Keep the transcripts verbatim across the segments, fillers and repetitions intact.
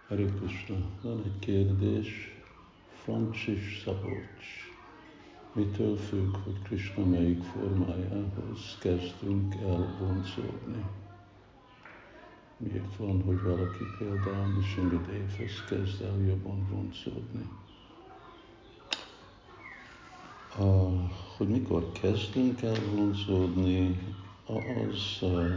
Hare Krishna, van egy kérdés, Francsis Szabolcs. Mitől függ, hogy Krishna melyik formájához kezdünk el vonzódni? Miért van, hogy valaki például Nisringadevhez kezd el jobban vonzódni? A, hogy mikor kezdünk el vonzódni, az uh,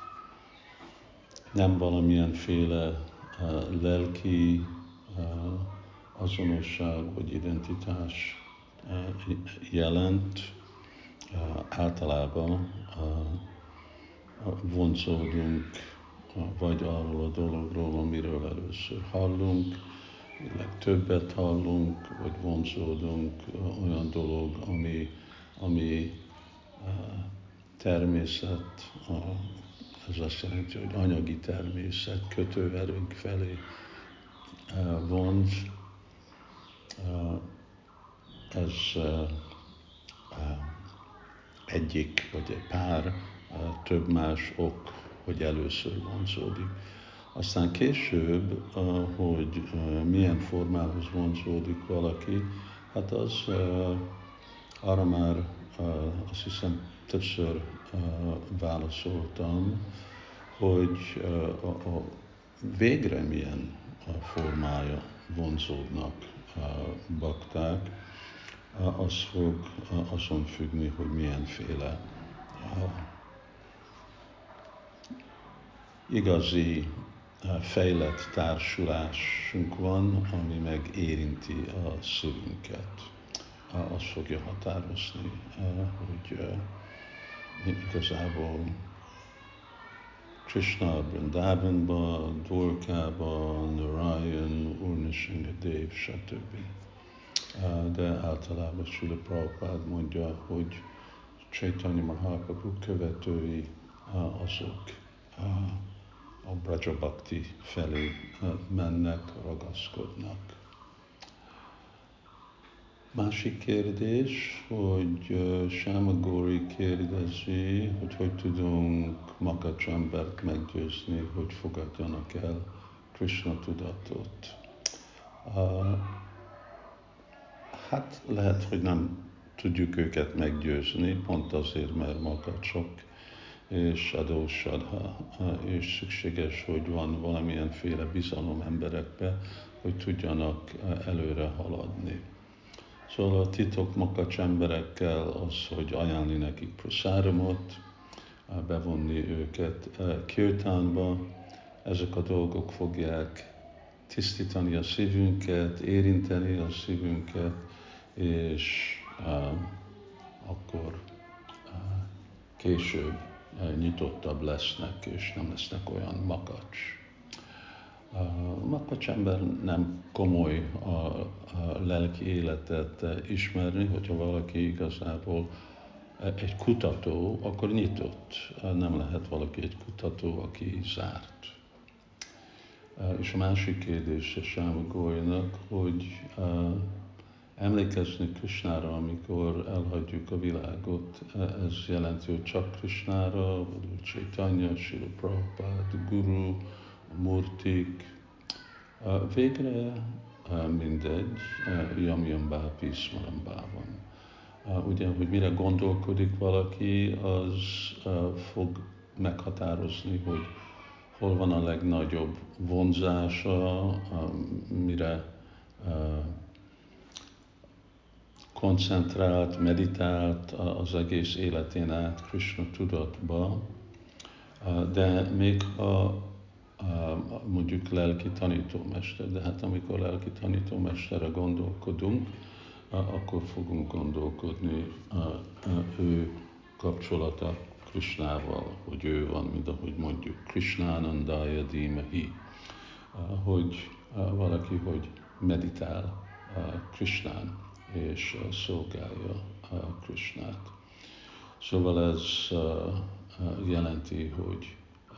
nem valamilyenféle uh, lelki uh, azonosság vagy identitás uh, jelent. Uh, általában uh, vonzódunk uh, vagy arról a dologról, amiről először hallunk, legtöbbet hallunk, vagy vonzódunk uh, olyan dolog, ami, ami uh, természet, uh, ez azt jelenti, hogy anyagi természet kötőerőnk felé uh, vonz. Uh, ez uh, uh, egyik, vagy egy pár, uh, több más ok, hogy először vonzódik. Aztán később, uh, hogy uh, milyen formához vonzódik valaki, hát az uh, arra már uh, azt hiszem többször uh, válaszoltam, hogy uh, a, a végre milyen a formája vonzódnak uh, bakták, uh, az fog uh, azon függni, hogy milyenféle uh, igazi uh, fejlett társulásunk van, ami meg érinti a szívünket. Uh, az fogja határozni, uh, hogy uh, igazából Krishna Vrindavanba, Dwarkába, Narayan, Úr Nisringadev, stb. De általában Srila Prabhupád mondja, hogy Chaitanya Mahaprabhu követői azok a Braja Bhakti felé mennek, ragaszkodnak. Másik kérdés, hogy Sáma Góri kérdezi, hogy hogy tudunk makacsembert meggyőzni, hogy fogadjanak el Krishna tudatot. Uh, hát lehet, hogy nem tudjuk őket meggyőzni, pont azért, mert makacsok és adósadha, és szükséges, hogy van valamilyenféle bizalom emberekbe, hogy tudjanak előre haladni. Szóval a titok makacs emberekkel az, hogy ajánlni nekik prasáramot, bevonni őket kirtánba, ezek a dolgok fogják tisztítani a szívünket, érinteni a szívünket, és uh, akkor uh, később uh, nyitottabb lesznek, és nem lesznek olyan makacs. A makacsember nem komoly a, a lelki életet ismerni, hogyha valaki igazából egy kutató, akkor nyitott. Nem lehet valaki egy kutató, aki zárt. És a másik kérdés a Sáma Górinak, hogy uh, emlékezni Krishnára, amikor elhagyjuk a világot, ez jelenti, hogy csak Krishnára, vagy Úr Chaitanya, Srila Prabhupád, Guru, a Murtik, végre mindegy, Yam Yam Bápi Smarambában. Ugye, hogy mire gondolkodik valaki, az fog meghatározni, hogy hol van a legnagyobb vonzása, mire koncentrált, meditált az egész életén át Krishna tudatba, de még ha mondjuk lelki tanítómester, de hát amikor lelki tanítómesterre gondolkodunk, akkor fogunk gondolkodni ő kapcsolata Krishnával, hogy ő van, mint ahogy mondjuk Krishnánandaya Dhimahi, hogy valaki, hogy meditál Krishnán és szolgálja Krishnát. Szóval ez jelenti, hogy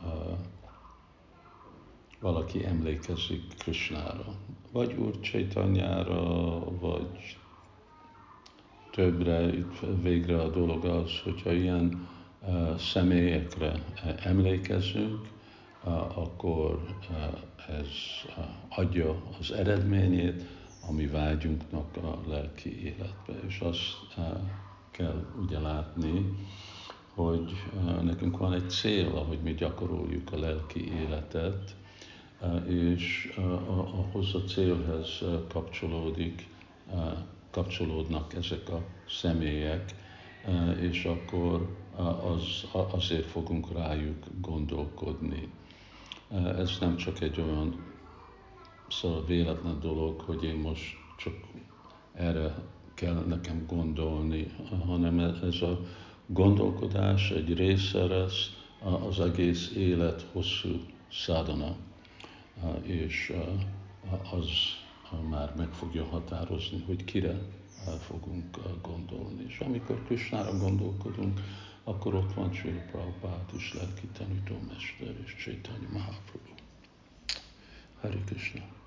valaki emlékezik Krishnára, vagy Úr Chaitanyára, vagy többre. Itt végre a dolog az, hogyha ilyen uh, személyekre emlékezünk, akkor ez adja az eredményét a mi vágyunknak a lelki életbe. És azt kell ugye látni, hogy nekünk van egy cél, ahogy mi gyakoroljuk a lelki életet, és ahhoz a célhez kapcsolódik, kapcsolódnak ezek a személyek, és akkor az, azért fogunk rájuk gondolkodni. Ez nem csak egy olyan szóval véletlen dolog, hogy én most csak erre kell nekem gondolni, hanem ez a gondolkodás egy része lesz az egész élet hosszú szádana, és az már meg fogja határozni, hogy kire fogunk gondolni. És amikor Krisnára gondolkodunk, akkor ott van Srila Prabhupád is, lelki tanítómester és Chaitanya Mahaprabhu. Hare Krishna.